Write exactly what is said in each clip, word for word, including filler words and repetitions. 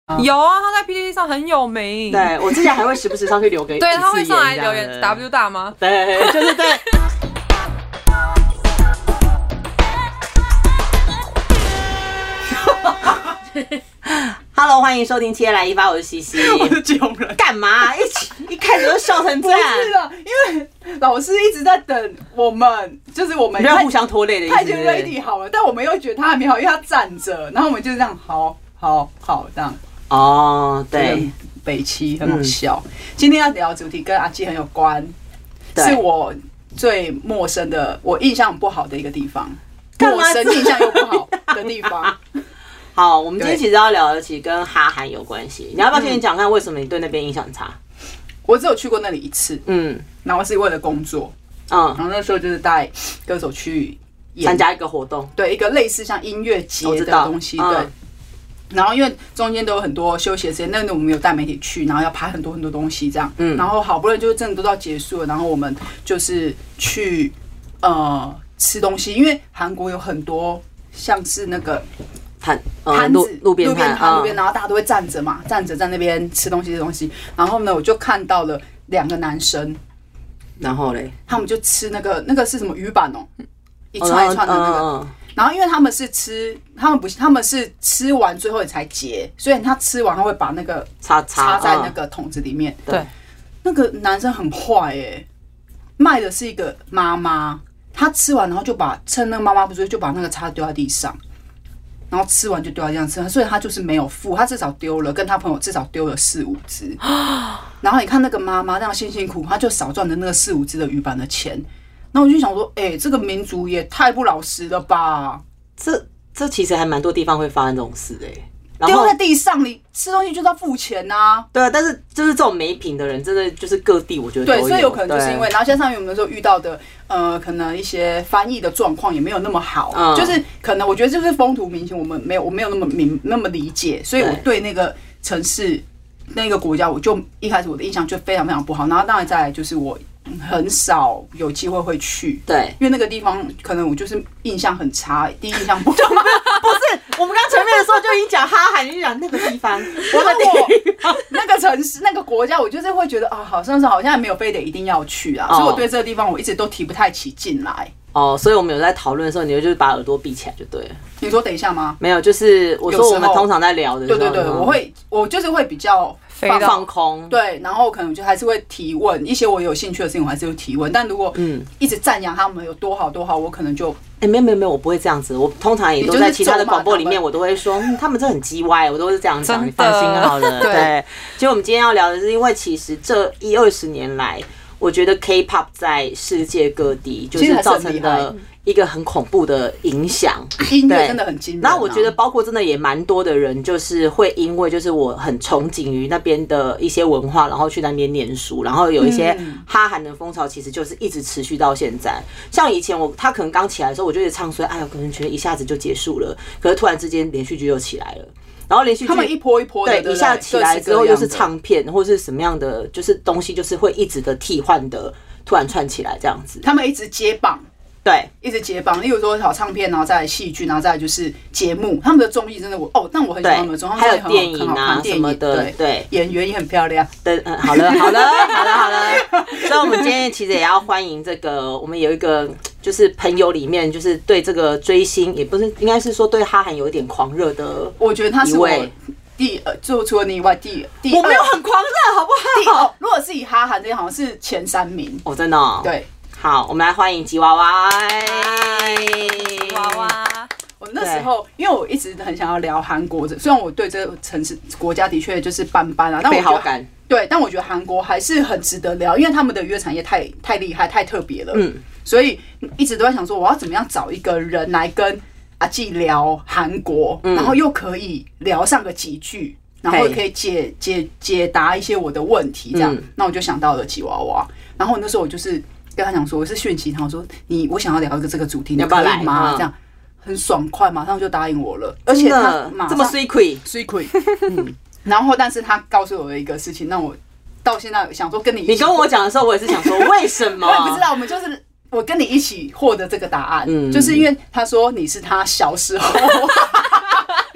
有啊，他在 P T T 上很有名。 对，我之前还会时不时上去留个对，他会上来留言 W 大吗？ 对，就是对。Hello， 欢迎收听七夜来一发，我是西西， 我是囧人。 干嘛？一起一开始就笑成这样？ 不是的，因为老师一直在等我们，就是我们不要互相拖累的意思。 他已经 ready 好了，但我们又觉得他还没好，因为他站着，然后我们就这样，好好好这样。 哦，对， 北七很好笑。嗯、今天要聊的主题跟阿基很有关，是我最陌生的，我印象不好的一个地方，陌生印象又不好的地方。 好，我们今天其实要聊的其实跟哈韩有关系。你要不要先讲看为什么你对那边印象差？ 我只有去过那里一次，嗯，然后是为了工作，嗯，然后那时候就是带歌手去参加一个活动， 对，一个类似像音乐节的东西，对。嗯、然后因为中间都有很多休息的时间，那我们有带媒体去，然后要拍很多很多东西这样，嗯，然后好不容易就是真的都到结束了，然后我们就是去呃吃东西，因为韩国有很多像是那个。 摊摊子、 路边摊、路边，然后大家都会站着嘛，站着在那边吃东西的东西。然后呢，我就看到了两个男生， 然后嘞， 他们就吃那个那个是什么鱼板哦，一串一串的那个。然后因为他们是吃，他们不是，他们是吃完最后才结，所以他吃完他会把那个插插在那个桶子里面。 对， 那个男生很坏哎，卖的是一个妈妈，他吃完然后就把趁那个妈妈不注意，就把那个叉丢在地上。然后吃完就丢到这样吃，所以他就是没有付，他至少丢了，跟他朋友至少丢了四五只。然后你看那个妈妈这样辛辛苦苦，他就少赚的那个四五只的鱼板的钱。然后我就想说，哎、欸，这个民族也太不老实了吧！ 这这其实还蛮多地方会发生这种事的、欸。 丢在地上，你吃东西就是要付钱呐、啊。 对啊，但是就是这种没品的人，真的就是各地我觉得都有。 对，所以有可能就是因为，然后加上我们那时候遇到的，呃，可能一些翻译的状况也没有那么好，嗯、就是可能我觉得就是风土民情，我们没有我没有那么明那么理解，所以我对那个城市那个国家，我就一开始我的印象就非常非常不好。然后当然再来就是我很少有机会会去， 对， 因为那个地方可能我就是印象很差，第一印象不好。 不是，我们刚前面的时候就已经讲哈韩，就讲那个地方， 我的地方，那个城市、那个国家，我就是会觉得啊，好像是好像没有非得一定要去啊，哦、所以我对这个地方我一直都提不太起劲来。 哦，所以我们有在讨论的时候，你就是把耳朵闭起来就对了。 你说等一下吗？ 没有，就是我说我们通常在聊的时候， 对对对，我会我就是会比较放放空， 对，然后可能就还是会提问一些我有兴趣的事情，我还是会提问。但如果嗯一直赞扬他们有多好多好，我可能就哎、欸、没有没有没有，我不会这样子。我通常也都在其他的广播里面，我都会说，嗯，他们这很鸡歪，我都是这样讲，你放心好了。对，其实我们今天要聊的是，因为其实这一二十年来，我觉得 K-pop 在世界各地就是造成的一个很恐怖的影响， 音乐真的很惊人、啊。 然后我觉得，包括真的也蛮多的人，就是会因为就是我很憧憬于那边的一些文化，然后去那边念书，然后有一些哈韩的风潮，其实就是一直持续到现在。像以前我他可能刚起来的时候，我就一直唱衰，哎呦，可能觉得一下子就结束了，可是突然之间连续剧又起来了。然后连续剧他们一波一波的， 对，一下起来之后又是唱片或是什么样的，就是东西就是会一直的替换的，突然串起来这样子。 他们一直接棒。 对， 一直接棒，例如说好唱片，然后再来戏剧，然后再来就是节目。他们的综艺真的我哦，但我很喜欢他们的综艺， 还有电影啊什么的，对，对演员也很漂亮。 对，嗯，好了，好了，好了，好了。所以，我们今天其实也要欢迎这个，我们有一个就是朋友里面，就是对这个追星，也不是应该是说对哈韩有一点狂热的， 我觉得他是我第呃，就除了你以外，第第我没有很狂热，好不好？ 哦，如果是以哈韩这些，好像是前三名。 哦，真的、哦， 对。 好，我们来欢迎吉娃娃。 吉娃娃， 我那时候因为我一直很想要聊韩国，虽然我对这个城市国家的确就是般般啊，但我好感对，但我觉得韩国还是很值得聊，因为他们的娱乐产业太太厉害、太特别了。嗯，所以一直都在想说，我要怎么样找一个人来跟阿纪聊韩国，嗯、然后又可以聊上个几句。然后可以解解解答一些我的问题，这样，嗯、那我就想到了吉娃娃。然后那时候我就是跟他讲说，我是讯息他，我说你我想要聊一个这个主题，你可以吗？这样很爽快，马上就答应我了。而且他马上这么 sweet sweet， 嗯。然后，但是他告诉我的一个事情，让我到现在想说跟你一起， 你跟我讲的时候，我也是想说为什么？ 我也不知道，我们就是我跟你一起获得这个答案，嗯、就是因为他说你是他小时候。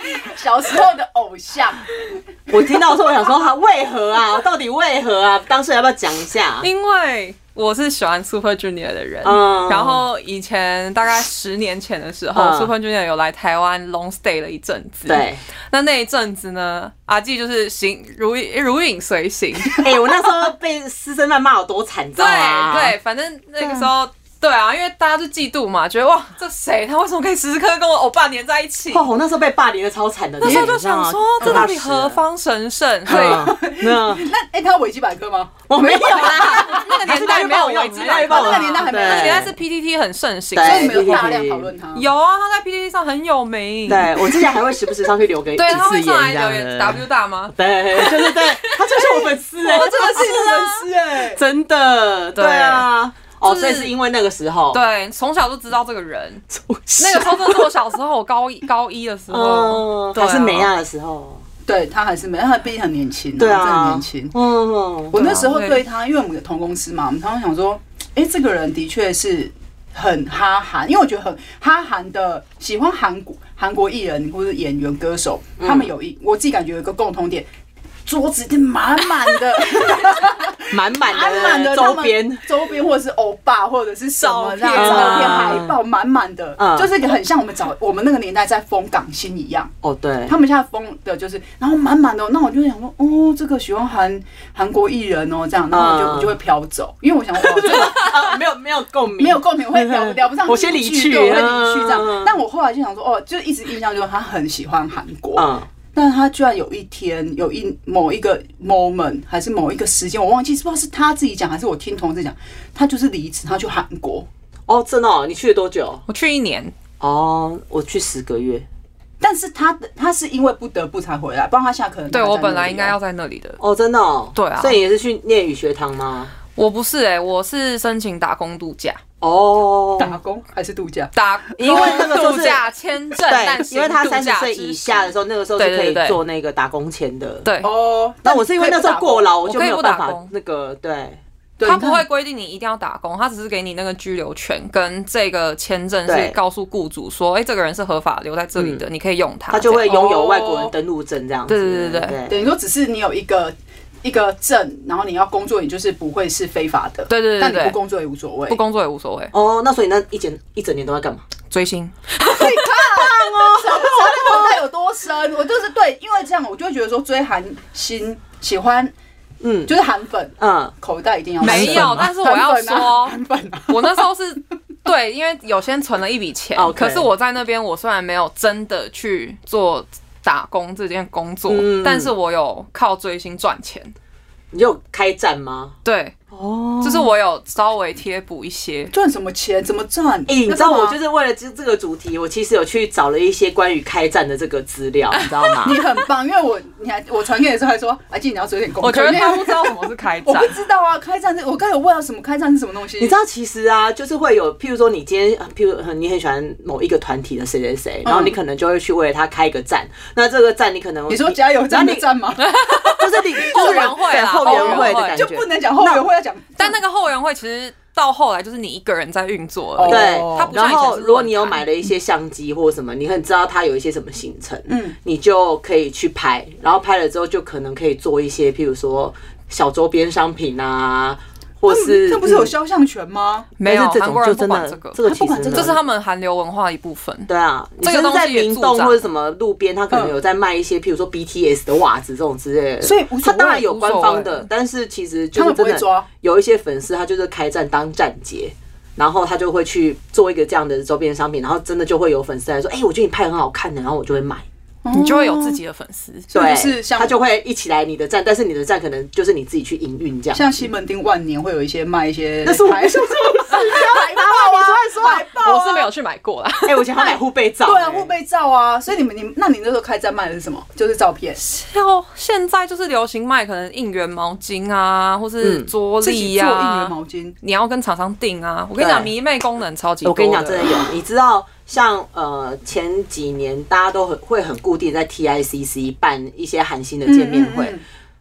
小时候的偶像。 我听到的时候，我想说，他为何啊？到底为何啊？当事人要不要讲一下？ 因为我是喜欢 Super Junior 的人， 嗯然后以前大概十年前的时候、 嗯、 ，Super Junior 有来台湾 long stay 了一阵子。 对， 那那一阵子呢，阿纪就是行如如影随形。 哎、欸，我那时候被师生们骂有多惨，知道吗？ 对对，反正那个时候。对啊，因为大家就嫉妒嘛，觉得哇，这谁？他为什么可以时时刻刻跟我欧巴黏在一起？ 哦，我那时候被霸凌的超惨的， 那时候就想说，这到底何方神圣？所以， 那那哎，他有维基百科吗？ 我没有啦， 那个年代没有维基百科， 那个年代还没有， 那个年代是 P T T 很盛行， 所以没有大量讨论他。 有啊，他在 P T T 上很有名。 对，我之前还会时不时上去留给对，他会几次上来言留言 W 大吗？ 对，就是对，他就是我粉丝哎， 我真的是粉丝哎， 真的，对啊。哦，所以是因为那个时候， 对，从小就知道这个人。那个时候真的是我小时候，我高一高一的时候， 嗯，还是美亚的时候。 对他还是美，他毕竟很年轻， 对啊， 真的很年轻。 嗯， 我那时候对他，因为我们同公司嘛，我们常常想说，哎，这个人的确是很哈韩，因为我觉得很哈韩的，喜欢韩国韩国艺人或者演员歌手，他们有一我自己感觉有一个共同点。桌子已经满满的， 满满的满的周边， 周边或者是欧巴或者是什么照片、照片、海报，满满的，就是一个很像我们早我们那个年代在封港星一样。 哦，对， 他们现在封的就是，然后满满的，那我就想说，哦，这个喜欢韩韩国艺人哦，这样，然后我就我就会飘走，因为我想，哇，这个没有没有共鸣， 没有共鸣，我会聊聊不上， 我先离去， 我会离去这样。但我后来就想说，哦，就一直印象就是他很喜欢韩国。嗯，但他居然有一天有一某一个 moment 还是某一个时间，我忘记，不知道是他自己讲还是我听同事讲，他就是离职，他去韩国。 哦，真的哦？你去了多久？ 我去一年。 哦，我去十个月。 但是他他是因为不得不才回来，不然他现在可能对我本来应该要在那里的。 哦，真的哦？ 对啊。 所以你也是去念语学堂吗？ 我不是哎、欸，我是申请打工度假。 哦， 打工还是度假？ 打， 因为那个时候度假签证， 对，因为他三十岁以下的时候，那个时候是可以做那个打工签的。 对哦， 那我是因为那时候过劳，我就没有办法可以不打工那个对。 他不会规定你一定要打工，他只是给你那个居留权跟这个签证，是告诉雇主说，哎、欸，这个人是合法留在这里的，嗯、你可以用它。 他就会拥有外国人登录证这样子。 对对对对， 等于说只是你有一个。一个证，然后你要工作，你就是不会是非法的。 对对对， 但你不工作也无所谓， 不工作也无所谓。 哦，那所以那一整一整年都在干嘛？ 追星。 你看哦，想不出来口袋有多深。我就是对，因为这样，我就会觉得说追韩星喜欢，嗯，就是韩粉，嗯，口袋一定要没有，但是我要说， 韩粉啊， 我那时候是。对，因为有先存了一笔钱， okay. 可是我在那边，我虽然没有真的去做打工这件工作，嗯、但是我有靠追星赚钱。 你有开站吗？ 对，哦，就是我有稍微贴补一些。 赚什么钱？怎么赚？ 哎、欸，你知道我就是为了这这个主题，我其实有去找了一些关于开站的这个资料，你知道吗？ 你很棒，因为我你还我传给你的时候还说，阿静你要做点功课。 我觉得他不知道什么是开站， 我不知道啊，开站是我刚才有问到什么开站是什么东西？ 你知道其实啊，就是会有，譬如说你今天，譬如你很喜欢某一个团体的谁谁谁，然后你可能就会去为了他开一个站。那这个站你可能你说加油站的站吗？ 就是你后援会啦， 后援会的感觉就不能讲后援会，要讲。 但那个后援会其实到后来就是你一个人在运作而已。 对， 它不像以前是论坛。 然后如果你有买了一些相机或什么，你很知道它有一些什么行程，嗯，你就可以去拍，然后拍了之后就可能可以做一些，譬如说小周边商品啊。或是这不是有肖像权吗？ 没有， 这种就真的这个， 这个其实这是他们韩流文化的一部分。 对啊， 这个东西在明洞或者什么路边，他可能有在卖一些，譬如说 B T S 的袜子这种之类的。 所以他当然有官方的，但是其实就是真的有一些粉丝，他就是开站当站姐。然后他就会去做一个这样的周边商品，然后真的就会有粉丝来说：“哎、欸，我觉得你拍很好看的。”然后我就会买。 你就会有自己的粉丝， 对， 是像他就会一起来你的站，但是你的站可能就是你自己去营运这样。 像西门町万年会有一些卖一些， 那是我不是海报啊，你说海报， 我是没有去买过啦。 哎，我以前还买护背照， 对啊，护背照啊。所以你们你那你那时候开站卖的是什么？就是照片。 像现在就是流行卖可能应援毛巾啊，或是桌历呀， 做应援毛巾， 你要跟厂商订啊。我跟你讲，迷妹功能超级多。 我跟你讲，真的有，你知道。像呃前几年大家都很会很固定在 T I C C 办一些韩星的见面会，嗯嗯嗯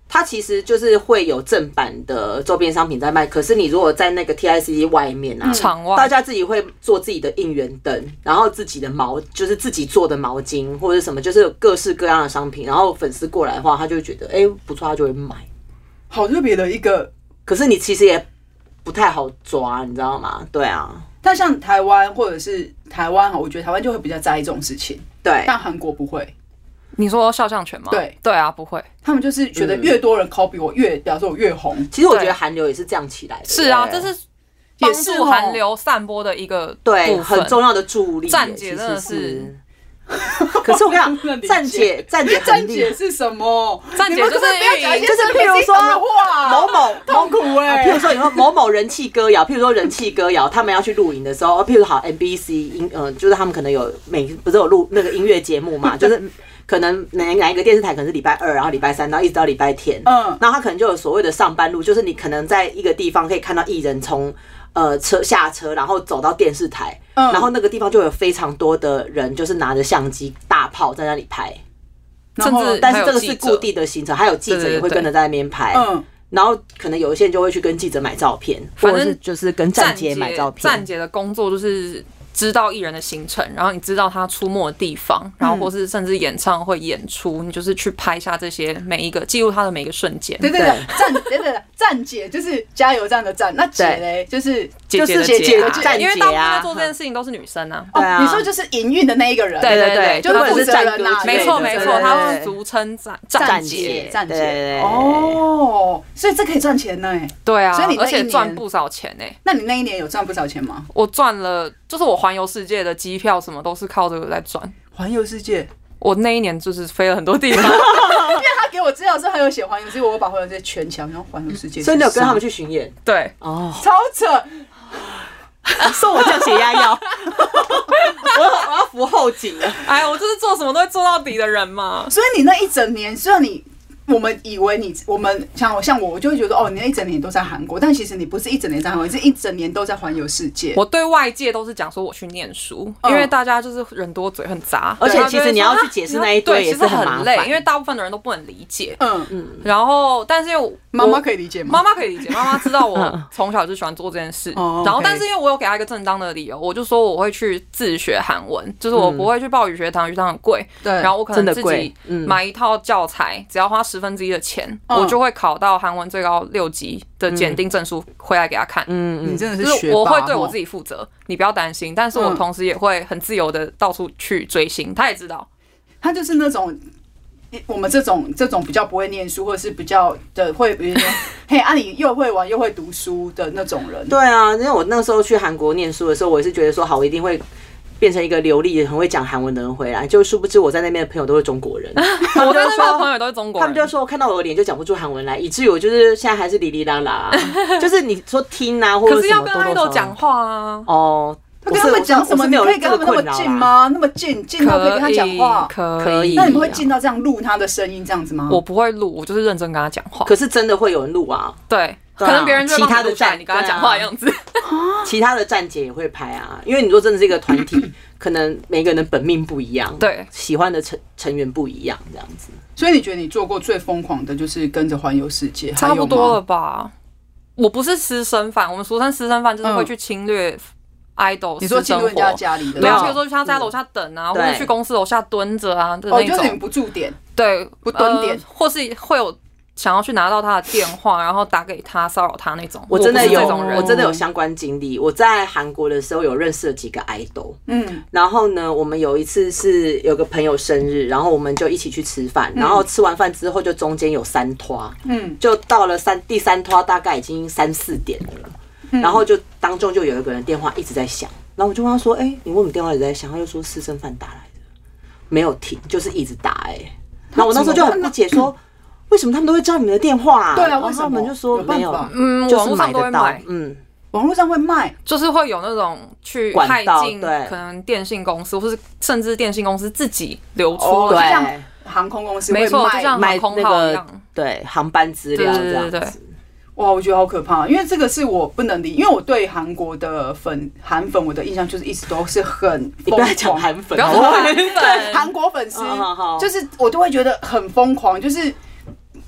它其实就是会有正版的周边商品在卖，可是你如果在那个 T I C C 外面啊， 场外大家自己会做自己的应援灯，然后自己的毛就是自己做的毛巾或者什么，就是有各式各样的商品，然后粉丝过来的话，他就会觉得哎、欸、不错，他就会买。 好特别的一个， 可是你其实也不太好抓，你知道吗？对啊。 但像台湾或者是台湾，我觉得台湾就会比较在意这种事情， 对， 但韩国不会。 你说肖像权吗？ 对对啊，不会， 他们就是觉得越多人 copy 我，越表示我越红。 其实我觉得韩流也是这样起来的。 是啊，这是帮助韩流散播的一个对很重要的助力。 站姐真的是。 可是我跟你讲，站姐站姐站姐是什么？ 站姐就是不要讲一些就是譬如说某某痛苦哎、 欸，譬如说以后某某人气歌谣，譬如说人气歌谣，他们要去录影的时候，譬如好 M B C 音，呃，就是他们可能有每不是有录那个音乐节目嘛，就是可能哪哪一个电视台可能是礼拜二，然后礼拜三，然后一直到礼拜天，嗯，然后他可能就有所谓的上班路，就是你可能在一个地方可以看到艺人从。呃，车下车，然后走到电视台，嗯、然后那个地方就有非常多的人，就是拿着相机、大炮在那里拍， 甚至但是这个是固定的行程，还有记者也会跟着在那边拍，嗯，然后可能有一些人就会去跟记者买照片，或者是就是跟站姐买照片。 站姐的工作就是知道艺人的行程，然后你知道他出没的地方，然后或是甚至演唱会演出，你就是去拍下这些每一个，记录他的每一个瞬间。 对对对，站对对站姐就是加油站的站，那姐嘞就是姐姐的姐啊， 站姐啊， 因为大部分在做这件事情都是女生啊。 哦，你说就是营运的那一个人， 对对对， 就是负责人呐， 没错没错，他是俗称站站姐站姐。哦，所以这可以赚钱呢。 对啊， 所以你而且赚不少钱呢。 那你那一年有赚不少钱吗？ 我赚了，就是我环游世界的机票什么都是靠这个在赚。 环游世界， 我那一年就是飞了很多地方，因为他给我资料的时候还有写环游世界，我把环游世界全强，然后环游世界。 所以你有跟他们去巡演？ 对， 哦， 超扯。 送我降血压药，我要我要服后颈了。 哎，我就是做什么都会做到底的人嘛。 所以你那一整年，虽然你。我们以为你，我们像我像我，我就会觉得哦，你那一整年都在韩国，但其实你不是一整年在韩国，你是一整年都在环游世界。 我对外界都是讲说我去念书，因为大家就是人多嘴很杂， 而且其实你要去解释那一堆也是很累，因为大部分的人都不能理解。 嗯嗯。 然后，但是因为妈妈可以理解吗？ 妈妈可以理解，妈妈知道我从小就喜欢做这件事。然后，但是因为我有给她一个正当的理由，我就说我会去自学韩文，就是我不会去报语学堂，语学堂很贵。 对。 然后我可能自己买一套教材，只要花十分之一的钱。我就会考到韩文最高六级的检定证书回来给他看。 嗯嗯，你真的是学霸。 我会对我自己负责，你不要担心。但是我同时也会很自由的到处去追星，他也知道。 他就是那种我们这种这种比较不会念书，或者是比较的会，比如说嘿啊，你又会玩又会读书的那种人。 对啊，因为我那时候去韩国念书的时候，我也是觉得说，好，我一定会。变成一个流利、很会讲韩文的人回来，就殊不知我在那边的朋友都是中国人。 我在那边的朋友都是中国人， 他们就说看到我的脸就讲不出韩文来，以至于我就是现在还是哩哩啦啦。就是你说听啊，或者可是要跟idol讲话啊。 哦， 他跟他们讲什么？你可以跟他们那么近吗？那么近，近到可以跟他讲话？ 可以。 那你们会近到这样录他的声音这样子吗？ 我不会录，我就是认真跟他讲话。 可是真的会有人录啊？ 对。可能别人就其他的站你跟他讲话的样子， 其他的站姐也会拍啊。因为你说真的是一个团体，可能每个人的本命不一样， 对， 喜欢的成成员不一样，这样子。 所以你觉得你做过最疯狂的就是跟着环游世界？ 差不多了吧？我不是私生饭，我们俗称私生饭就是会去侵略 idol。 你说侵略人家家里的？ 对啊，比如说去他家楼下等啊，或者去公司楼下蹲着啊的那种。 哦，就是你不驻点， 对， 不蹲点， 或是会有。想要去拿到他的电话，然后打给他骚扰他那种， 我真的有， 我, 我真的有相关经历。我在韩国的时候有认识了几个 idol， 嗯，然后呢，我们有一次是有个朋友生日，然后我们就一起去吃饭，然后吃完饭之后就中间有三拖，嗯，就到了三第三拖大概已经三四点了，嗯、然后就当中就有一个人电话一直在响，然后我就问他说：“哎、欸，你为什么电话一直在响？”他就说私生饭打来的，没有停，就是一直打哎、欸。然后我那时候就很不解说。为什么他们都会知道你们的电话、啊？ 对啊，为什么？ 他们就说没有， 嗯， 就是买得到， 嗯， 网络上会卖， 就是会有那种去害进可能电信公司，或是甚至电信公司自己流出， 对，像航空公司没错，就像航空号一样， 对，航班资料这样子。 哇，我觉得好可怕，因为这个是我不能理，因为我对韩国的粉韩粉，我的印象就是一直都是很你不要讲韩粉， 不要讲韩粉， 韩国粉丝，就是我都会觉得很疯狂，就是。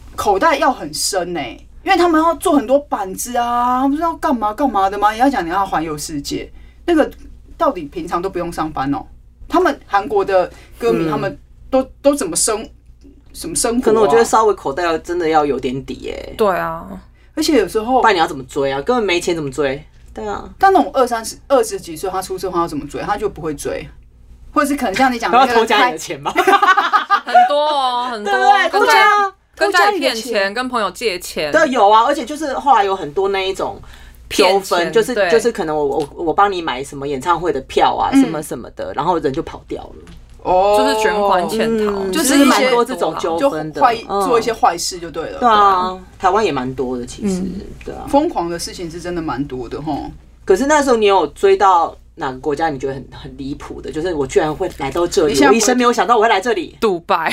口袋要很深呢、欸，因为他们要做很多板子啊，不知道干嘛干嘛的吗？你要讲你要环游世界，那个到底平常都不用上班哦。他们韩国的歌迷，他们都、嗯、都怎么生什么生活、啊？ 可能我觉得稍微口袋要真的要有点底耶、欸。 对啊， 而且有时候， 不然你要怎么追啊？根本没钱怎么追？对啊， 但那种二三十、二十几岁他出车祸要怎么追？他就不会追，或者是可能像你讲的， 要偷家里的钱吧？ 很多哦，很多， 对对啊， 跟家里骗钱，跟朋友借钱， 对，有啊，而且就是后来有很多那一种。纠纷就是就是可能我我我帮你买什么演唱会的票啊，什么什么的，然后人就跑掉了。 哦， 就是卷款潜逃， 嗯、 就是蛮多这种纠纷的， 坏做一些坏事就对了。 对啊，台湾也蛮多的，其实、嗯、对啊， 疯狂的事情是真的蛮多的齁。 可是那时候你有追到哪个国家？你觉得很很离谱的？就是我居然会来到这里，我一生没有想到我会来这里， 杜拜。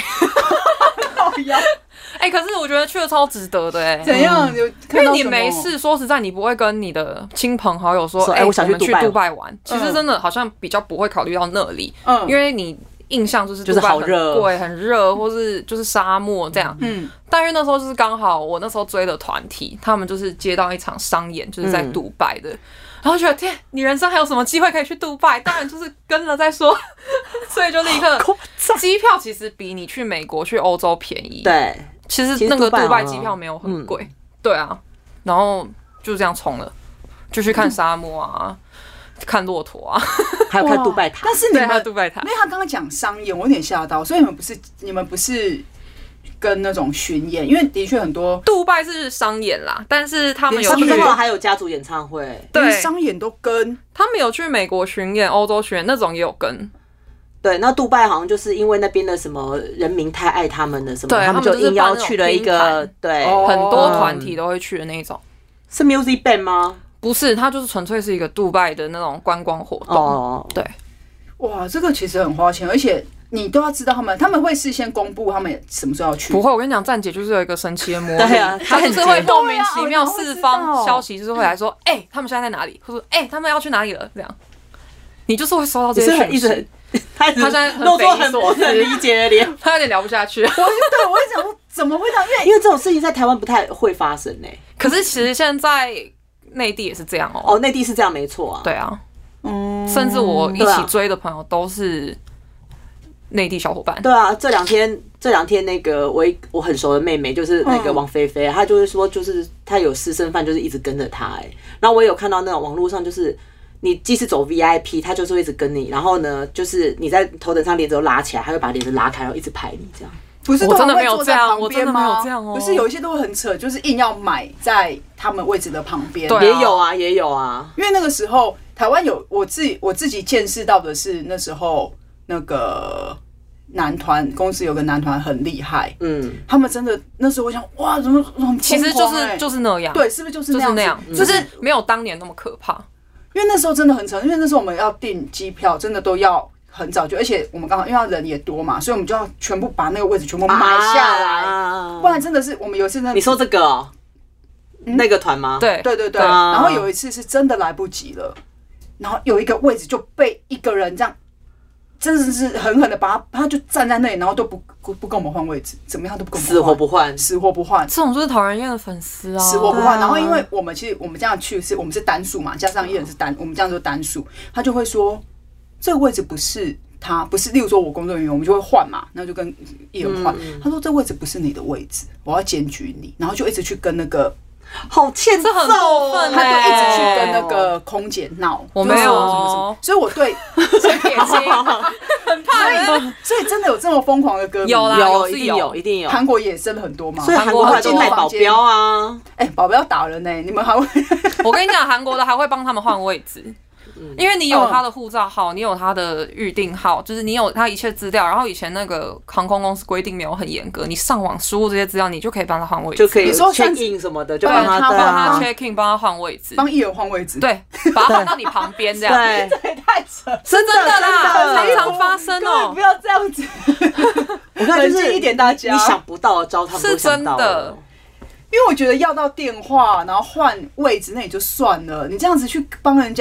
哎、欸，可是我觉得去了超值得的哎、欸。 怎样？有因为你没事，说实在，你不会跟你的亲朋好友说，哎、欸，我想去杜拜玩。其实真的好像比较不会考虑到那里，嗯，因为你印象就是杜拜很贵、很热，或是就是沙漠这样。嗯，但因为那时候就是刚好我那时候追的团体，他们就是接到一场商演，就是在杜拜的。嗯，然后觉得天，你人生还有什么机会可以去杜拜？当然就是跟了再说，所以就立刻机票其实比你去美国、去欧洲便宜。 对， 其实那个杜拜机票没有很贵。嗯，对啊，然后就这样冲了，就去看沙漠啊，看骆驼啊， 还有看杜拜塔。 但是你们还有杜拜塔， 因为他刚刚讲商演，我有点吓到，所以你们不是你们不是。跟那种巡演，因为的确很多杜拜是商演啦，但是他们有去，他们还有家族演唱会， 对，商演都跟他们有去美国巡演、欧洲巡演那种也有跟。 对，那杜拜好像就是因为那边的什么人民太爱他们的什么， 对， 他们就应邀去了一个，对， 哦，很多团体都会去的那种。 是 music band 吗？ 不是，它就是纯粹是一个杜拜的那种观光活动。哦，对， 哇，这个其实很花钱，而且。你都要知道他们，他们会事先公布他们什么时候要去。 不会，我跟你讲，站姐就是有一个神奇的魔力， 对啊， 她就是会莫名其妙四方消息，就是会来说，哎、欸，他们现在在哪里，或者哎、欸，他们要去哪里了，这样，你就是会收到这些讯息。 他他现在露出很不能理解的脸， 他有点聊不下去。我就对我会想说，怎么会这样？因为因为这种事情在台湾不太会发生呢、欸。 可是其实现在内地也是这样哦、喔。 哦，内地是这样，没错啊。 对啊，嗯，甚至我一起追的朋友都是。内地小伙伴， 对啊，这两天这两天那个我我很熟的妹妹就是那个王菲菲，她就是说就是她有私生饭，就是一直跟着她哎、欸，然后我也有看到那种网络上就是你即使走 V I P， 她就是会一直跟你，然后呢就是你在头等舱帘子都拉起来，她会把帘子拉开，然后一直拍你这样。 不是， 我真的没有这样，我真的没有这样哦。 不是，有一些都会很扯，就是硬要买在他们位置的旁边。 对， 也有啊，也有啊。 因为那个时候台湾有我自己我自己见识到的是那时候。那个男团公司有个男团很厉害，嗯，他们真的那时候我想，哇，怎么很疯狂、欸？ 其实就是就是那样， 对，是不是就是那样？ 就是那样，嗯、就是没有当年那么可怕。 因为那时候真的很扯，因为那时候我们要订机票，真的都要很早就，而且我们刚好因为人也多嘛，所以我们就要全部把那个位置全部买下来，啊、不然真的是我们有一次那你说这个、哦嗯、那个团吗？ 对对对对，啊、然后有一次是真的来不及了，然后有一个位置就被一个人这样。真的是狠狠的把他，他就站在那里，然后都不不跟我们换位置，怎么样都不跟我们换， 死活不换， 死活不换。 这种就是讨人厌的粉丝啊， 死活不换。然后因为我们其实我们这样去是，我们是单数嘛，加上一人是单，我们这样就单数，他就会说这个位置不是他，不是，例如说我工作人员，我们就会换嘛，然后就跟艺人换。嗯、他说这位置不是你的位置，我要检举你，然后就一直去跟那个。 好欠揍， 这很过分、欸， 他就一直去跟那个空姐闹， 我没有什么什么，所以我对所以撇清，很怕人。所以真的有这么疯狂的歌迷？ 有啦， 有，一定有，一定有。 韩国也真的很多嘛， 所以韩国还进卖保镖啊， 哎、欸，保镖打人呢、欸，你们还会？ 我跟你讲，韩国的还会帮他们换位置。因为你有他的护照号，你有他的预定号，就是你有他一切资料。然后以前那个航空公司规定没有很严格，你上网输入这些资料，你就可以帮他换位置， 就可以 check in 什么的，就帮他帮他 check in， 帮他换位置， 帮艺人换位置， 对，把他换到你旁边这样。 对， 这也太扯， 是真的啦，常常发生哦。 不要这样子， 我看就是一点大家， 你想不到的招，他们都想到了。 是真的。 因为我觉得要到电话，然后换位置，那也就算了。你这样子去帮人家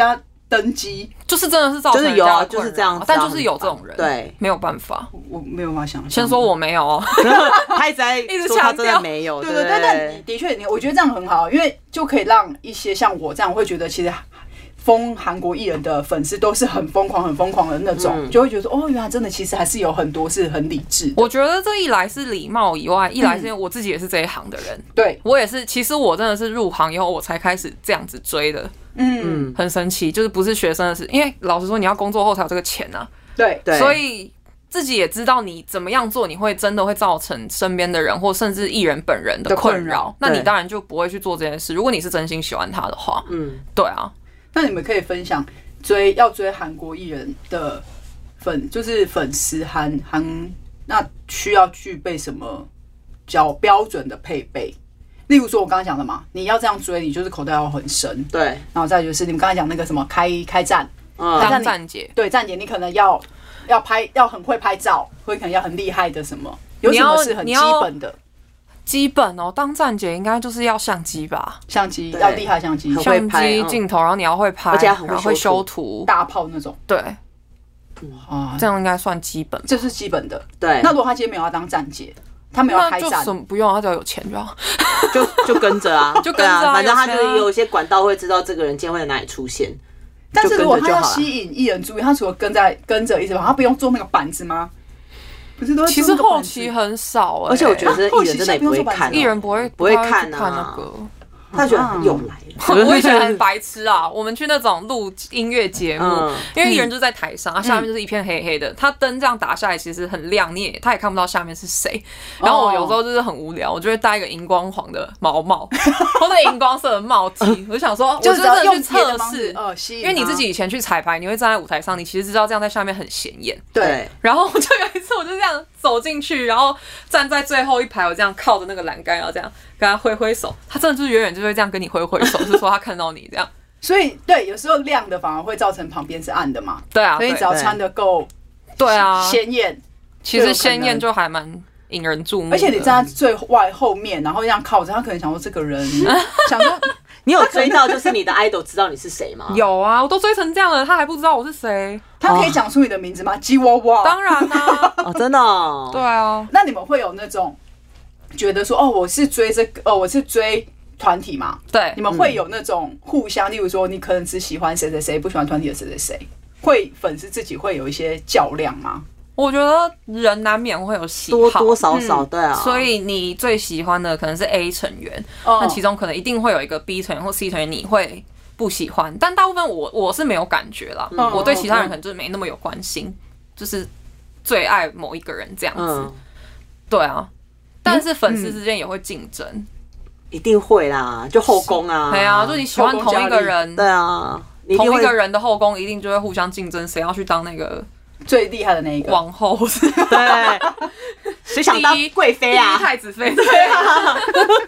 登机， 就是真的是造成人家的困扰， 就是有啊，就是这样子啊， 但就是有这种人， 对， 没有办法， 我没有办法想象。 先说我没有哦， 他一直在一直强调没有， 对对对，但你的确，你我觉得这样很好，因为就可以让一些像我这样会觉得，其实疯韩国艺人的粉丝都是很疯狂、很疯狂的那种，嗯、就会觉得哦，原来真的其实还是有很多是很理智的。 我觉得这一来是礼貌以外，一来是因为我自己也是这一行的人， 对我也是，其实我真的是入行以后我才开始这样子追的。嗯，很神奇，就是不是学生的事，因为老实说，你要工作后才有这个钱啊。 对对， 所以自己也知道你怎么样做，你会真的会造成身边的人或甚至艺人本人的困扰，那你当然就不会去做这件事。如果你是真心喜欢他的话，嗯，对啊。 那你们可以分享追要追韩国艺人的粉，就是粉丝韩韩，那需要具备什么较标准的配备？例如说，我刚刚讲的嘛，你要这样追，你就是口袋要很深， 对。 然后再就是你们刚才讲那个什么开开战， 嗯，当站姐， 对，站姐你可能要要拍，要很会拍照，或可能要很厉害的什么，有什么是很基本的？ 基本哦，当站姐应该就是要相机吧， 相机要厉害，相机相机镜头，然后你要会拍， 而且然后会修图， 大炮那种， 对。哇，这样应该算基本， 这是基本的。 对， 那如果他今天没有要当站姐，他没有要开战， 就不用，他只要有钱就好， 就就跟着啊， 就跟着啊， 反正他就有一些管道会知道这个人今天会在哪里出现。 但是如果他要吸引艺人注意，他除了跟在跟着一直跑，他不用做那个板子吗？不是都其实后期很少哎， 而且我觉得艺人真的也不会看， 艺人不会不会看那个。 他觉得很有来， 我也觉得很白痴啊！我们去那种录音乐节目，嗯、因为艺人就在台上，他下面就是一片黑黑的，他灯这样打下来其实很亮，你也他也看不到下面是谁。然后我有时候就是很无聊，我就会戴一个荧光黄的毛帽，或者荧光色的帽 T， 我就想说，我就真的去测试，因为你自己以前去彩排，你会站在舞台上，你其实知道这样在下面很显眼。 对。 然后就有一次，我就这样走进去，然后站在最后一排，我这样靠着那个栏杆，然后这样跟他挥挥手，他真的就是远远就会这样跟你挥挥手，是说他看到你这样。 所以对，有时候亮的反而会造成旁边是暗的嘛。 对啊， 所以你只要穿的够， 对啊， 鲜艳， 其实鲜艳就还蛮引人注目。 而且你站在最外后面，然后这样靠着，他可能想说这个人，想说你有追到就是你的 idol 知道你是谁吗？ 有啊，我都追成这样了，他还不知道我是谁。 他可以讲出你的名字吗？吉娃娃？ 当然啦， 哦，真的哦。 对啊， 那你们会有那种觉得说，哦，我是追这个，哦，我是追团体嘛？ 对， 你们会有那种互相，例如说，你可能只喜欢谁谁谁，不喜欢团体的谁谁谁，会粉丝自己会有一些较量吗？ 我觉得人难免会有喜好， 多多少少，对啊。 所以你最喜欢的可能是 A 成员，那其中可能一定会有一个 B 成员或 C 成员你会不喜欢，但大部分我我是没有感觉啦，嗯、我对其他人可能就是没那么有关心，就是最爱某一个人这样子。嗯、对啊，但是粉丝之间也会竞争、嗯， 一定会啦，就后宫啊， 对啊，就你喜欢同一个人， 对啊， 同一个人的后宫一定就会互相竞争，谁要去当那个最厉害的那一个王后？ 对，谁想当贵妃啊？ 太子妃，对啊。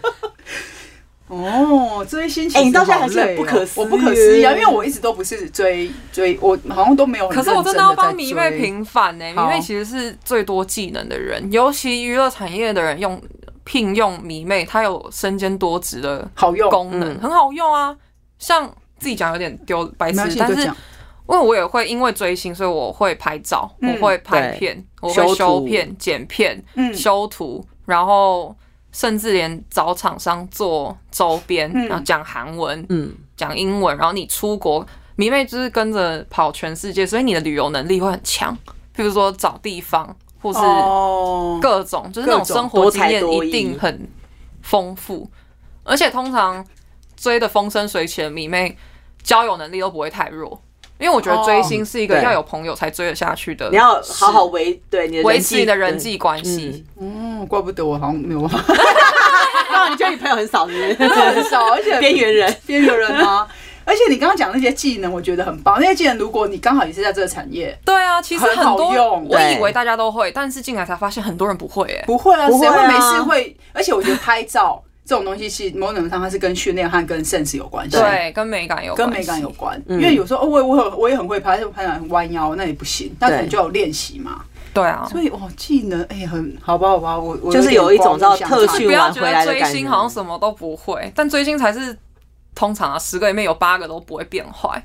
哦，追星其实哎、欸，你到现在还是很不可思议， 我不可思议啊，因为我一直都不是追追，我好像都没有很认真的在追。可是我真的要帮迷妹平反呢、欸，迷妹其实是最多技能的人，尤其娱乐产业的人用聘用迷妹，它有身兼多职的好用功能，嗯、很好用啊。像自己讲有点丢白痴，但是因为我也会因为追星，所以我会拍照，嗯、我会拍片，我会修片、剪片、嗯、修图，然后。甚至连找厂商做周边，嗯、然后讲韩文，嗯，讲英文，然后你出国，迷妹就是跟着跑全世界，所以你的旅游能力会很强。譬如说找地方，或是各种，哦、就是那种生活经验一定很丰富。而且通常追的风生水起的迷妹，交友能力都不会太弱。因为我觉得追星是一个要有朋友才追得下去的， 你要好好维对你的维持你的人际关系。 嗯，怪不得我好像没有办法。 那你觉得你朋友很少是不是？ 很少，而且边缘人， 边缘人啊。而且你刚刚讲那些技能，我觉得很棒。那些技能，如果你刚好也是在这个产业， 对啊，其实很多好用。 我以为大家都会，但是进来才发现很多人不会、欸。哎， 不会啊，谁会没事会？而且我觉得拍照。这种东西是某种程度上它是跟训练和跟 sense 有关系， 对，跟美感有关跟美感有关。嗯、因为有时候哦，我我很我也很会拍，但是拍起来很弯腰，那也不行，那可能就要练习嘛。 对啊， 所以哇，技能哎、欸，很好吧，好吧，我我就是有一种叫特训完回来的感觉。 不要觉得追星好像什么都不会，但追星才是通常啊，十个里面有八个都不会变坏。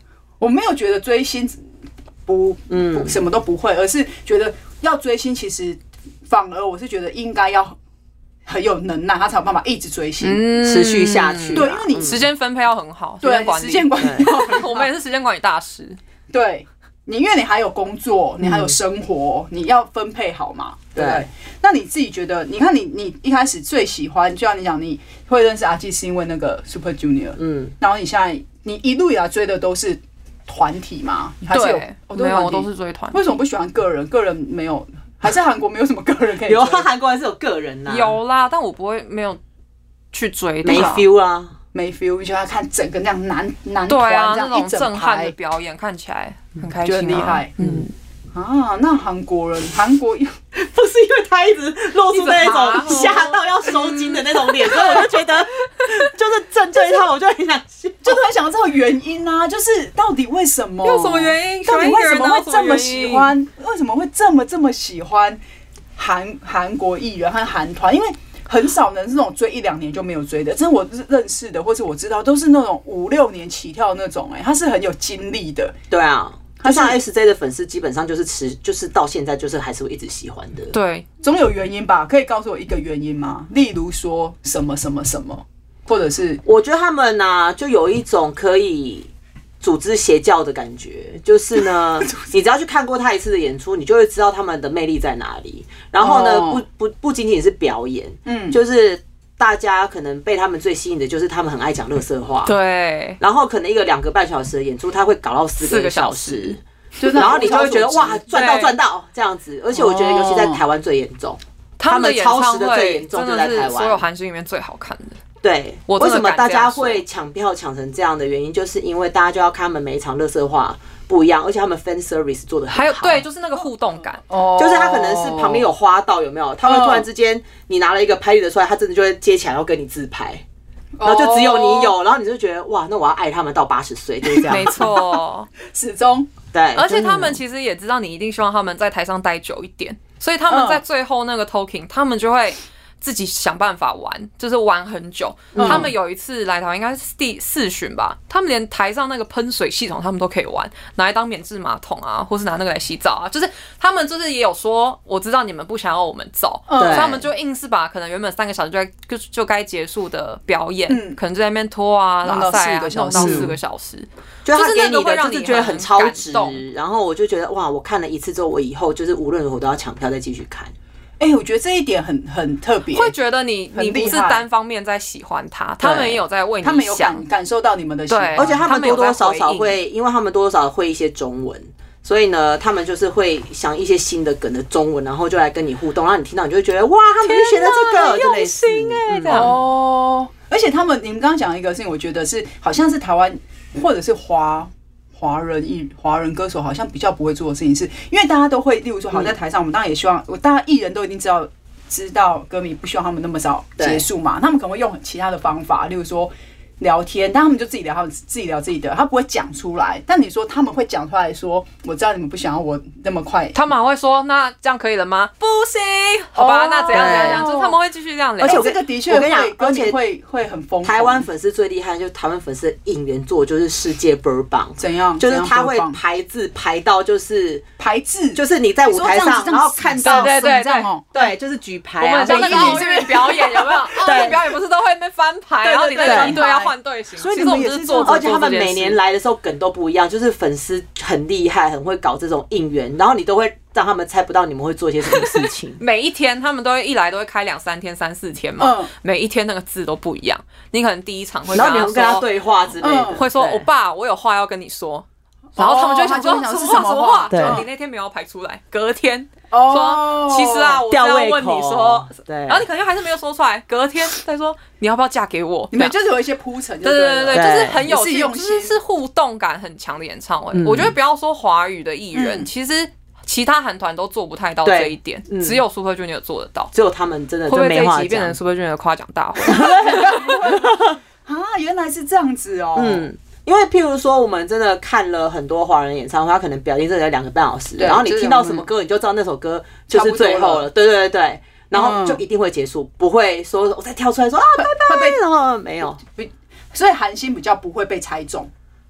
我没有觉得追星不嗯什么都不会，而是觉得要追星，其实反而我是觉得应该要很有能耐，他才有办法一直追星， 嗯、持续下去。 对，因为你时间分配要很好， 对，时间管理要很好。 我们也是时间管理大师。 对，你因为你还有工作，你还有生活，嗯、你要分配好嘛，对不对？那你自己觉得，你看你你一开始最喜欢，就像你讲，你会认识阿纪是因为那个 Super Junior， 嗯，然后你现在你一路以来追的都是团体吗？你还是有？ 哦、没有，我都是追团体。 为什么不喜欢个人？个人没有。还是韩国没有什么个人可以追？ 有啊，韩国还是有个人呐、啊。 有啦，但我不会没有去追， 没 feel 啊， 没 feel。你就要看整个那样男男团这样一整排， 对啊，那种震撼的表演看起来很开心、啊， 很厉害。 嗯啊，那韩国人，韩国不是因为他一直露出那种吓到要收金的那种脸，所以我就觉得就是针对他，我就很想， 就是很想知道原因啊，就是到底为什么？ 有什么原因？ 到底为什么会这么喜欢？为什么会这么这么喜欢韩韩国艺人和韩团？因为很少人是那种追一两年就没有追的，真的我认识的或是我知道都是那种五六年起跳那种、欸，哎，他是很有经历的。 对啊。他像 S J 的粉丝基本上就是持，就是到现在就是还是会一直喜欢的。 对， 总有原因吧？可以告诉我一个原因吗？例如说什么什么什么，或者是我觉得他们呢、啊，就有一种可以组织邪教的感觉，就是呢，你只要去看过他一次的演出，你就会知道他们的魅力在哪里。然后呢，不不不仅仅是表演，嗯，就是。大家可能被他们最吸引的就是他们很爱讲垃圾话， 对。 然后可能一个两个半小时的演出，他会搞到四个小时， 就然后你就会觉得哇，赚到赚到这样子。而且我觉得，尤其在台湾最严重，他们超时的最严重就在台湾， 所有韩星里面最好看的。 对，为什么大家会抢票抢成这样的原因，就是因为大家就要看他们每一场垃圾话。不一样，而且他们 fan service 做的很好， 还有对，就是那个互动感， 哦，就是他可能是旁边有花道，有没有？他会突然之间，你拿了一个拍立得出来，他真的就会接起来，然后跟你自拍，然后就只有你有，然后你就觉得哇，那我要爱他们到八十岁，就是这样， 没错， 始终对。 而且他们其实也知道你一定希望他们在台上待久一点，所以他们在最后那个 talking， 他们就会。自己想办法玩，就是玩很久。嗯、他们有一次来台湾，应该是第四巡吧。他们连台上那个喷水系统，他们都可以玩，拿来当免治马桶啊，或是拿那个来洗澡啊。就是他们就是也有说，我知道你们不想要我们走，嗯、所以他们就硬是把可能原本三个小时就该就就该结束的表演，嗯、可能就在那边拖啊、拉赛啊，弄到四个小时。 就他给你的就是觉得很超值，然后我就觉得哇，我看了一次之后，我以后就是无论如何都要抢票再继续看。 哎、欸，我觉得这一点很很特别， 会觉得你你不是单方面在喜欢他，他们也有在为你想， 他们有感感受到你们的喜欢， 而且他们多多少少会，因为他们多多少少会一些中文，所以呢，他们就是会想一些新的梗的中文，然后就来跟你互动，然后你听到你就会觉得哇，他们就学了这个，就类似哎，这样哦。而且他们，你们刚刚讲一个事情，我觉得是好像是台湾或者是华。华人艺华人歌手好像比较不会做的事情是，因为大家都会，例如说，好在台上，我们当然也希望，我大家艺人都一定知道，知道歌迷不希望他们那么早结束嘛，他们可能会用其他的方法，例如说聊天，但他们就自己聊他们自己聊自己的，他不会讲出来。但你说他们会讲出来说，我知道你们不想要我那么快， 他们还会说，那这样可以了吗？不行，好吧，哦、那怎样怎样怎样，就是他们会继续这样聊。 而且这个的确，我跟你讲，而且会会很疯狂。 台湾粉丝最厉害，就是台湾粉丝的应援做就是世界倍儿棒。 怎样？ 就是他会排字排到就是排字， 就是你在舞台上，然后看到对对对对，就是举牌啊。 我们像那个奥运表演有没有？奥运表演不是都会被翻牌，然后你在一队要换队形， 所以。我们也是做，而且他们每年来的时候梗都不一样，就是粉丝很厉害，很会搞这种应援，然后你都会让他们猜不到你们会做些什么事情。 每一天他们都会一来都会开两三天、三四天嘛，嗯、每一天那个字都不一样。你可能第一场会跟他说， 然后你会跟他对话之类的， 嗯、会说：“欧巴，我有话要跟你说。”然后他们就会想说什么话什么话，就你那天没有排出来，隔天说其实啊，我是要问你说，然后你可能还是没有说出来，隔天再说你要不要嫁给我？ 你们就是有一些铺陈， 对对对对，就是很有趣，就是是互动感很强的演唱会。我觉得不要说华语的艺人，其实其他韩团都做不太到这一点，只有 Super Junior 做得到， 只有他们真的会不会这一集变成 Super Junior 的夸奖大会？ 啊，原来是这样子哦，嗯。 因为譬如说，我们真的看了很多华人演唱会，他可能表演真的要两个半小时，然后你听到什么歌，你就知道那首歌就是最后了，对对对对，然后就一定会结束，不会说我再跳出来说啊拜拜，然后没有， 所以韩星比较不会被猜中。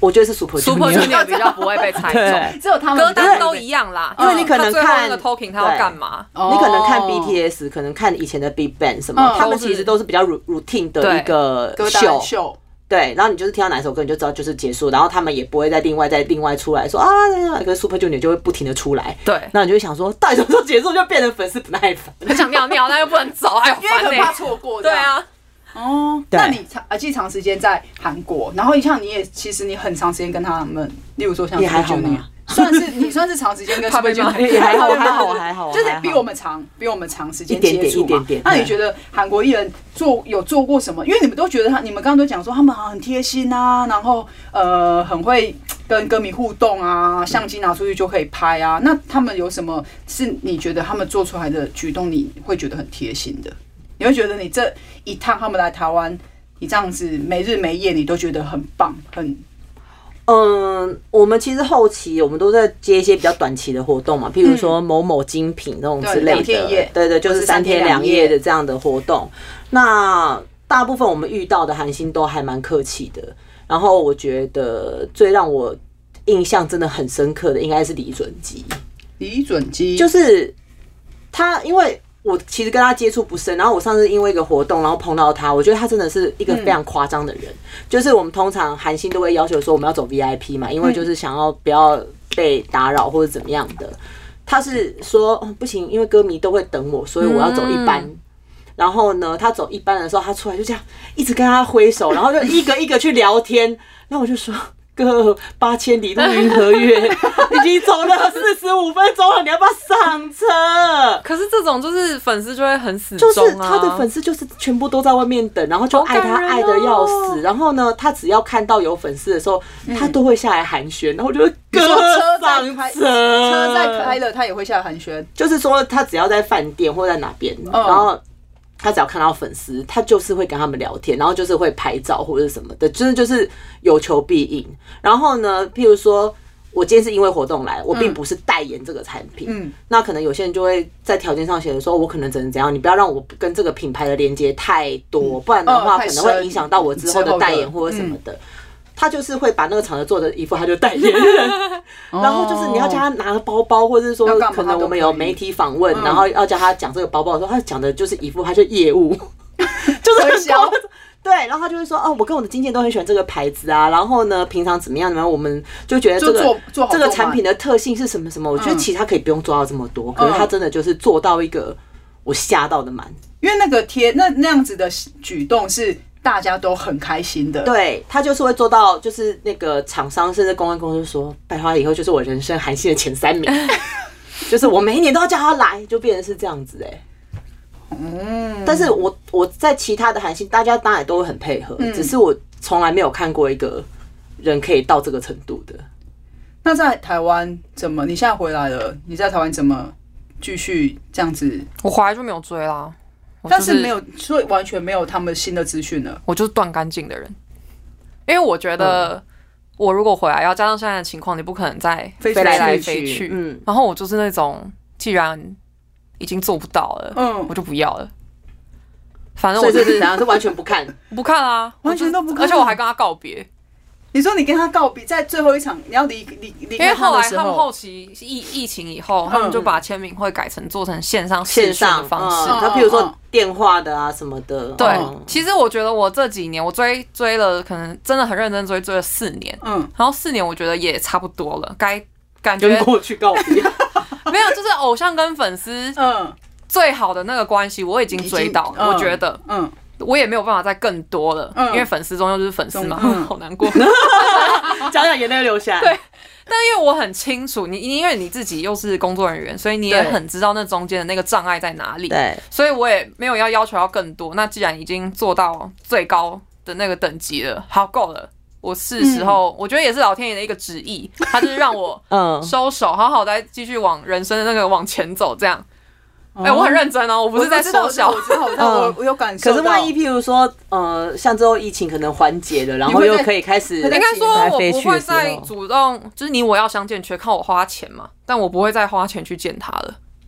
我觉得是 Super Super Junior 比较不会被猜中， 只有他们歌单都一样啦。 因为你可能看那个 Talking 他要干嘛， 你可能看 B T S， 可能看以前的 Big Bang 什么，他们其实都是比较 routine 的一个秀。对，然后你就是听到哪一首歌，你就知道就是结束，然后他们也不会再另外再另外出来说啊，那个 Super Junior 就会不停的出来。 对， 那你就会想说，到底什么时候结束，就变成粉丝不耐烦， 很想尿尿，但又不能走，哎呦， 因为很怕错过。 对啊。 哦，那你长啊，既长时间在韩国，然后像你也其实你很长时间跟他们，例如说像 Super Junior，算是你算是长时间跟 Super Junior 也还好，还好，还好， 就是比我们长，比我们长时间接触嘛。那你觉得韩国艺人做有做过什么？因为你们都觉得他，你们刚刚都讲说他们好像很贴心啊，然后呃很会跟歌迷互动啊，相机拿出去就可以拍啊。那他们有什么是你觉得他们做出来的举动，你会觉得很贴心的？你会觉得你这一趟他们来台湾，你这样子没日没夜，你都觉得很棒，很。 嗯，我们其实后期我们都在接一些比较短期的活动嘛，譬如说某某精品那种之类的，对 对, 对，就是三天两夜的这样的活动。那大部分我们遇到的韩星都还蛮客气的，然后我觉得最让我印象真的很深刻的应该是李准基。 李准基就是他，因为我其实跟他接触不深，然后我上次因为一个活动，然后碰到他，我觉得他真的是一个非常夸张的人。嗯、就是我们通常韩星都会要求说我们要走 V I P 嘛，因为就是想要不要被打扰或者怎么样的。他是说、哦、不行，因为歌迷都会等我，所以我要走一班。嗯、然后呢，他走一班的时候，他出来就这样一直跟他挥手，然后就一个一个去聊天。然后我就说。哥，八千里路云和月，已经走了四十五分钟了，你要不要上车？ 可是这种就是粉丝就会很死忠啊，就是他的粉丝就是全部都在外面等，然后就爱他爱的要死。然后呢，他只要看到有粉丝的时候，他都会下来寒暄。然后我就哥上车， 车在开了，他也会下来寒暄。 就是说，他只要在饭店或在哪边，然后。他只要看到粉丝，他就是会跟他们聊天，然后就是会拍照或者什么的，真的就是有求必应。然后呢，譬如说我今天是因为活动来，我并不是代言这个产品，嗯，那可能有些人就会在条件上写的说，我可能只能怎样，你不要让我跟这个品牌的连接太多，不然的话可能会影响到我之后的代言或者什么的。他就是会把那个场子做的一副他就代言人，然后就是你要叫他拿个包包，或者是说可能我们有媒体访问，然后要叫他讲这个包包的时候，他讲的就是一副他就业务，就是很对，然后他就会说哦，我跟我的经纪人都很喜欢这个牌子啊，然后呢，平常怎么样怎么样，我们就觉得这个这个产品的特性是什么什么，我觉得其实他可以不用做到这么多，可是他真的就是做到一个我吓到的满， 因为那个贴那那样子的举动是。大家都很开心的， 对他就是会做到，就是那个厂商甚至公关公司说，拜托以后就是我人生韩星的前三名，就是我每一年都要叫他来，就变成是这样子哎、欸。嗯，但是我我在其他的韩星，大家当然都会很配合，嗯、只是我从来没有看过一个人可以到这个程度的。 那在台湾怎么？你现在回来了，你在台湾怎么继续这样子？ 我回来就没有追啦。 但是没有，所以完全没有他们新的资讯了。 我就是断干净的人，因为我觉得我如果回来，要加上现在的情况，你不可能再飞来飞去。嗯，然后我就是那种，既然已经做不到了，嗯，我就不要了。反正我就是怎样，是完全不看， 不看啊， 完全都不看， 而且我还跟他告别。 你说你跟他告别，在最后一场你要离离离开他的时候，因为后来他们后期疫疫情以后，他们就把签名会改成做成线上线上的方式， 他、嗯、比如说电话的啊什么的。 对，嗯、其实我觉得我这几年我追追了，可能真的很认真追，追了四年，嗯，然后四年我觉得也差不多了，该感觉跟过去告别， 没有，就是偶像跟粉丝嗯最好的那个关系我已经追到了，嗯、我觉得嗯。我也没有办法再更多了，嗯、因为粉丝终究就是粉丝嘛，嗯、好难过， 讲讲眼泪流下来。 对，但因为我很清楚，你因为你自己又是工作人员，所以你也很知道那中间的那个障碍在哪里。对，所以我也没有要要求要更多。那既然已经做到最高的那个等级了，好，够了。我是时候，嗯、我觉得也是老天爷的一个旨意，他就是让我收手，好好再继续往人生的那个往前走，这样。哎、欸，我很认真哦，我不是在说笑， 我知道，我知道，我我有感受到。 可是万一，譬如说，呃，像之后疫情可能缓解了，然后又可以开始， 应该说我不会再主动，就是你我要相见，却靠我花钱嘛，但我不会再花钱去见他了。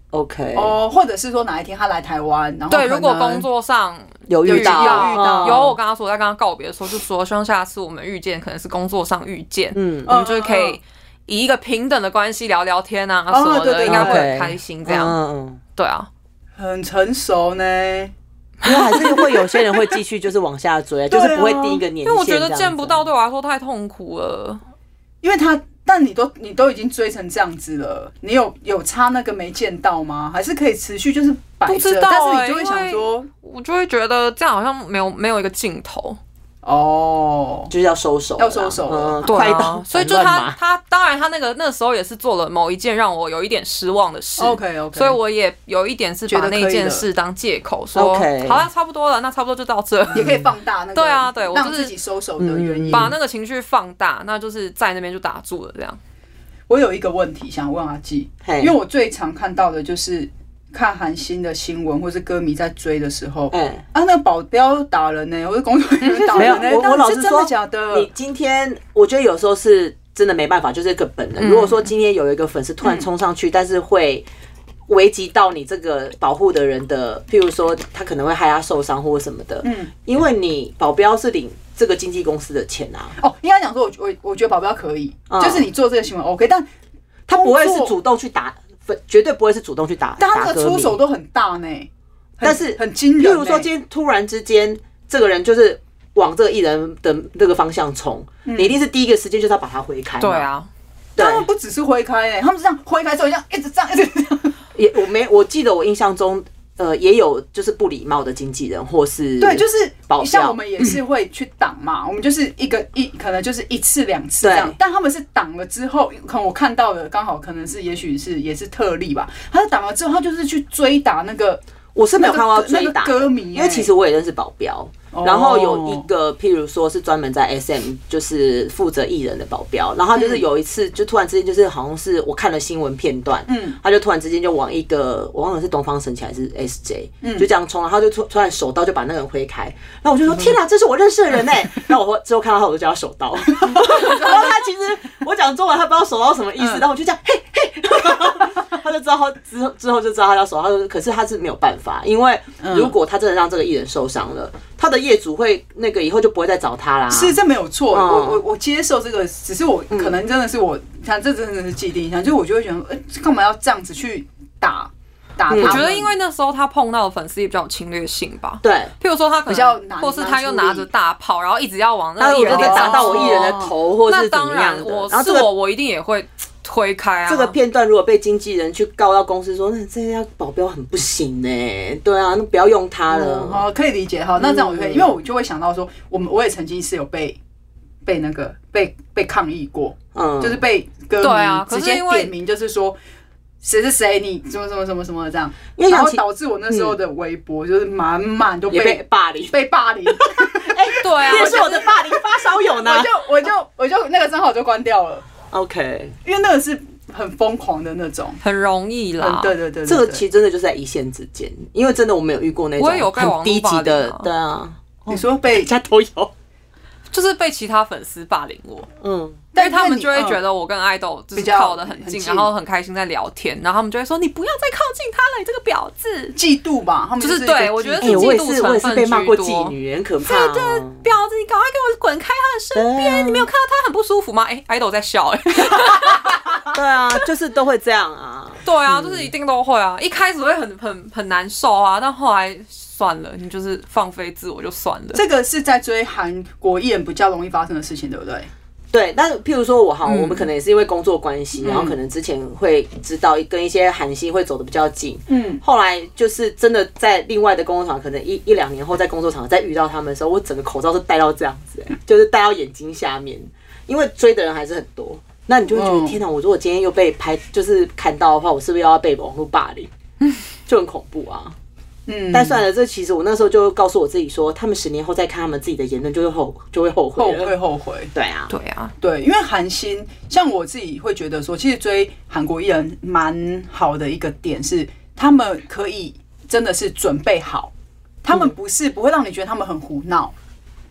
OK 哦，或者是说哪一天他来台湾，然后对，如果工作上有遇到， 有遇到， 有我跟他说，在跟他告别的时候就说，希望下次我们遇见可能是工作上遇见，嗯，我们就是可以以一个平等的关系聊聊天啊什么的，应该会很开心这样。嗯，对啊， 很成熟呢。 因为还是会有些人会继续就是往下追，就是不会定一个年限。因为我觉得见不到对我来说太痛苦了， 因为他。但你都你都已经追成这样子了，你有有差那个没见到吗？还是可以持续就是摆着？ 不知道、欸， 但是你就会想说， 我就会觉得这样好像没有没有一个尽头。 哦，就是要收手， 要收手了， 嗯，快刀。 所以就他他当然他那个那时候也是做了某一件让我有一点失望的事。 OK OK， 所以我也有一点是把那件事当借口说，好了，差不多了，那差不多就到这， 也可以放大那个。 对啊，对，我让自己收手的原因， 把那个情绪放大，那就是在那边就打住了这样。 我有一个问题想问阿纪，因为我最常看到的就是看韩星的新闻，或是歌迷在追的时候，哎、欸，啊，那个保镖打人呢、欸，或者工作人员打人呢、欸， 我我老实说， 假的。 你今天，我觉得有时候是真的没办法，就是一个本能。嗯、如果说今天有一个粉丝突然冲上去，嗯、但是会危及到你这个保护的人的，譬如说他可能会害他受伤或什么的，嗯，因为你保镖是领这个经纪公司的钱啊。 哦，应该讲说我，我我觉得保镖可以，嗯、就是你做这个新闻 OK， 但他不会是主动去打，绝对不会是主动去打。 但他的出手都很大呢， 但是很惊人。 例如说，今天突然之间，这个人就是往这个艺人的这个方向冲，嗯、你一定是第一个时间就是要把他挥开。 对啊， 他们不只是挥开哎，他们是这样挥开之后，这样一直这样，一直这样。 也我没我记得我印象中。呃，也有就是不礼貌的经纪人，或是对，就是像我们也是会去挡嘛，嗯、我们就是一个一可能就是一次两次这样，但他们是挡了之后，可能我看到的刚好可能是也许是也是特例吧，他是挡了之后，他就是去追打那个， 我是没有看到追打歌迷、欸， 因为其实我也认识保镖。然后有一个，譬如说是专门在 S M 就是负责艺人的保镖，然后他就是有一次就突然之间就是好像是我看了新闻片段，嗯，他就突然之间就往一个我忘了是东方神起还是 S J， 嗯，就这样冲，然后就突突然手刀就把那个人挥开，然后我就说天哪，这是我认识的人哎、欸，然后我之后看到他我就叫他手刀，然后他其实我讲中文他不知道手刀什么意思，然后我就这样嘿嘿，他就知道他之后之后就知道他叫手刀，可是他是没有办法，因为如果他真的让这个艺人受伤了，他的业主会那个以后就不会再找他啦。 是，这没有错，嗯、我我我接受这个，只是我可能真的是我，看、嗯、这真的是既定印象，就我就会觉得，哎、欸，干嘛要这样子去打打他们？ 我觉得因为那时候他碰到的粉丝也比较有侵略性吧。 对， 譬如说他可能比较难， 或是他又拿着大炮，然后一直要往那个艺人打到我艺人的头，或是怎么样的。 我是我，我一定也会。推开啊！ 这个片段如果被经纪人去告到公司说，那这家保镖很不行呢、欸，对啊，那不要用他了。 好、嗯，可以理解哈。那这样我就可以，因为我就会想到说，我们我也曾经是有被被那个被被抗议过，嗯，就是被歌迷直接点名，就是说谁是谁，你什么什么什么什么这样，然后导致我那时候的微博就是满满都被被霸凌， 被霸凌。 哎，对啊， 也是我的霸凌发烧友呢。 我就我就我就那个账号就关掉了。 OK， 因为那个是很疯狂的那种， 很容易啦。 嗯、对, 对, 对对， 这个其实真的就是在一线之间，因为真的我没有遇过那种很低级的，对啊。 你说被大家都有， 就是被其他粉丝霸凌我，嗯。因为他们就会觉得我跟爱豆就是靠得很近，然后很开心在聊天，然后他们就会说你不要再靠近他了，你这个婊子， 嫉妒吧？他们就是对我觉得是嫉妒成分居多。 我也是被骂过妓女，很可怕。 对对，婊子，你赶快给我滚开他的身边！你没有看到他很不舒服吗？哎，爱豆在笑哎。 对啊，就是都会这样啊。 对啊，就是一定都会啊。一开始会很很很难受啊，但后来算了，你就是放飞自我就算了。 这个是在追韩国艺人比较容易发生的事情，对不对？ 对，但譬如说我好，嗯、我们可能也是因为工作关系，嗯、然后可能之前会知道跟一些韩星会走得比较近，嗯，后来就是真的在另外的工作场，可能一一两年后在工作场再遇到他们的时候，我整个口罩是戴到这样子、欸，就是戴到眼睛下面，因为追的人还是很多，那你就会觉得、嗯、天哪，我如果今天又被拍，就是看到的话，我是不是又要被网络霸凌？就很恐怖啊。嗯，但算了，这其实我那时候就告诉我自己说，他们十年后再看他们自己的言论，就会后就会后悔了， 后会后悔。 对啊， 对啊， 对，因为韩星，像我自己会觉得说，其实追韩国艺人蛮好的一个点是，他们可以真的是准备好，他们不是不会让你觉得他们很胡闹。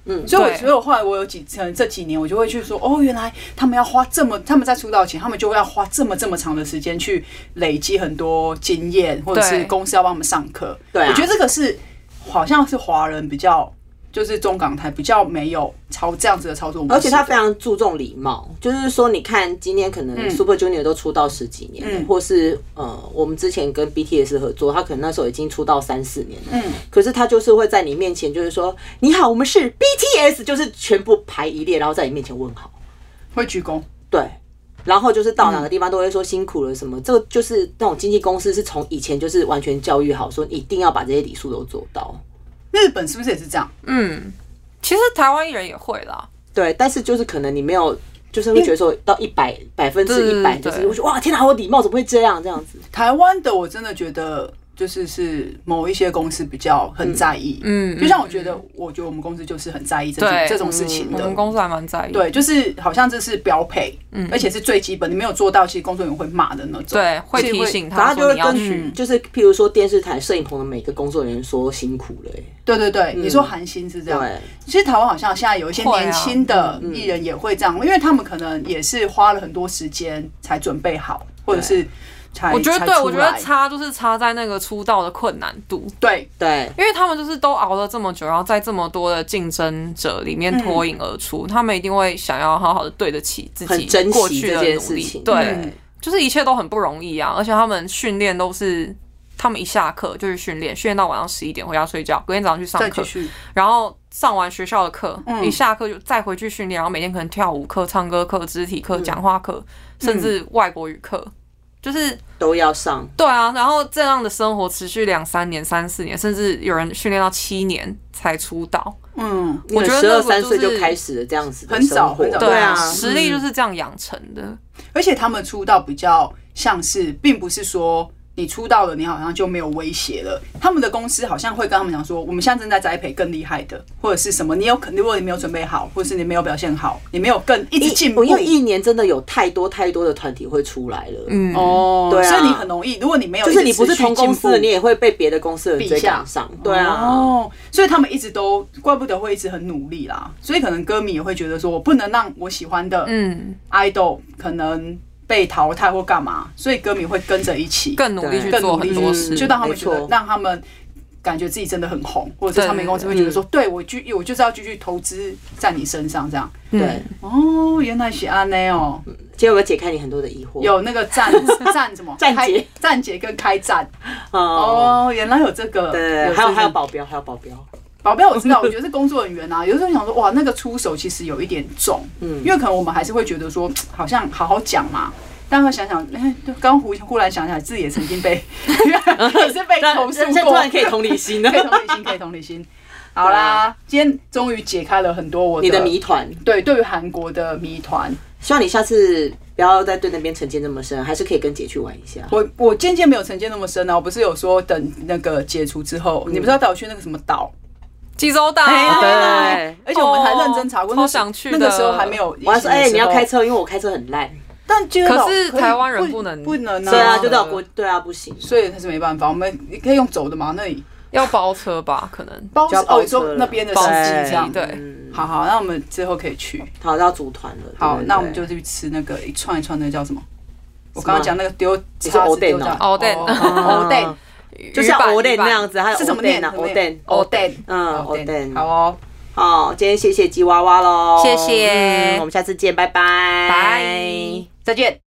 嗯，所以我所以我后来我有几层这几年我就会去说，哦，原来他们要花这么他们在出道前，他们就要花这么这么长的时间去累积很多经验，或者是公司要帮他们上课。对、啊，我觉得这个是好像是华人比较。就是中港台比较没有操这样子的操作模式， 而且他非常注重礼貌。就是说，你看今天可能 Super Junior 都出道十几年了，嗯、或是呃，我们之前跟 B T S 合作，他可能那时候已经出道三四年了。嗯，可是他就是会在你面前，就是说你好，我们是 B T S， 就是全部排一列，然后在你面前问好， 会鞠躬。 对，然后就是到哪个地方都会说辛苦了什么。嗯、这个就是那种经纪公司是从以前就是完全教育好，说一定要把这些礼数都做到。 日本是不是也是这样？ 嗯，其实台湾艺人也会啦。 对，但是就是可能你没有，就是会觉得说到一百百分之一百，就是我觉得哇，天哪，好有礼貌，怎么会这样这样子？ 台湾的我真的觉得。就是是某一些公司比较很在意，嗯，就像我觉得，我觉得我们公司就是很在意这种这种事情的。 我们公司还蛮在意， 对，就是好像这是标配，嗯，而且是最基本，你没有做到，其实工作人员会骂的那种， 对，会提醒他说你要去， 就是譬如说电视台摄影棚的每个工作人员说辛苦了，欸， 对对对，你说韩星是这样，对，其实台湾好像现在有一些年轻的艺人也会这样，因为他们可能也是花了很多时间才准备好，或者是。 我觉得对，我觉得差就是差在那个出道的困难度。 对对， 因为他们就是都熬了这么久，然后在这么多的竞争者里面脱颖而出，嗯、他们一定会想要好好的对得起自己过去的努力。对，嗯、就是一切都很不容易啊，而且他们训练都是他们一下课就去训练，训练到晚上十一点回家睡觉，隔天早上去上课，然后上完学校的课，嗯、一下课就再回去训练，然后每天可能跳舞课、唱歌课、肢体课、讲话课，嗯、甚至外国语课。就是都要上， 对啊，然后这样的生活持续两三年、三四年，甚至有人训练到七年才出道。 嗯，我觉得十二三岁就开始了这样子的生活， 很早， 对啊，实力就是这样养成的。 而且他们出道比较像是，并不是说。你出道了，你好像就没有威胁了。他们的公司好像会跟他们讲说，我们现在正在栽培更厉害的，或者是什么，你有可能如果你没有准备好，或者是你没有表现好，你没有更一直进步。 因为一年真的有太多太多的团体会出来了， 嗯哦，对啊，所以你很容易，如果你没有， 就是你不是同公司的，你也会被别的公司的人追赶上，对啊， 哦，所以他们一直都怪不得会一直很努力啦。所以可能歌迷也会觉得说，我不能让我喜欢的嗯 idol 可能。被淘汰或干嘛，所以歌迷会跟着一起更努力去做很多事， 就让他们觉得让他们感觉自己真的很红，或者是唱片公司会觉得说，对我继我就是要继续投资在你身上，这样对哦，原来是安内哦， 今天我解开你很多的疑惑， 有那个站站什么站姐站姐跟开站哦，原来有这个， 对，还有还有保镖，还有保镖。 保镖我知道，我觉得是工作人员啊。有时候想说，哇，那个出手其实有一点重，嗯，因为可能我们还是会觉得说，好像好好讲嘛。但会想想，哎，刚忽忽然想起来，自己也曾经被也是被投诉过， 突然可以同理心了， 可以同理心，可以同理心。好啦，今天终于解开了很多我的你的谜团， 对，对于韩国的谜团。 希望你下次不要再对那边成见那么深，还是可以跟姐去玩一下。 我我渐渐没有成见那么深啊，我不是有说等那个解除之后，嗯、你不是要带我去那个什么岛？ 济州岛， 对，而且我们还认真查过， 超想去的。 那个时候还没有， 我还说，哎，你要开车，因为我开车很烂。 但可是台湾人不能， 不能啊， 对啊，就到国，对啊，不行， 所以他是没办法。我们可以用走的嘛，那里要包车吧，可能包车哦，你说那边的司机这样， 对， 好好，那我们之后可以去， 好，要组团了。 好，那我们就去吃那个一串一串的叫什么？我刚刚讲那个丢叉子丢掉， 欧蛋， 欧蛋。 就像欧蛋那样子，还有是怎么念呢？ 欧蛋， 欧蛋， 嗯，欧蛋， 好哦， 好，今天谢谢吉娃娃喽， 谢谢， 我们下次见，拜拜， 拜， 再见。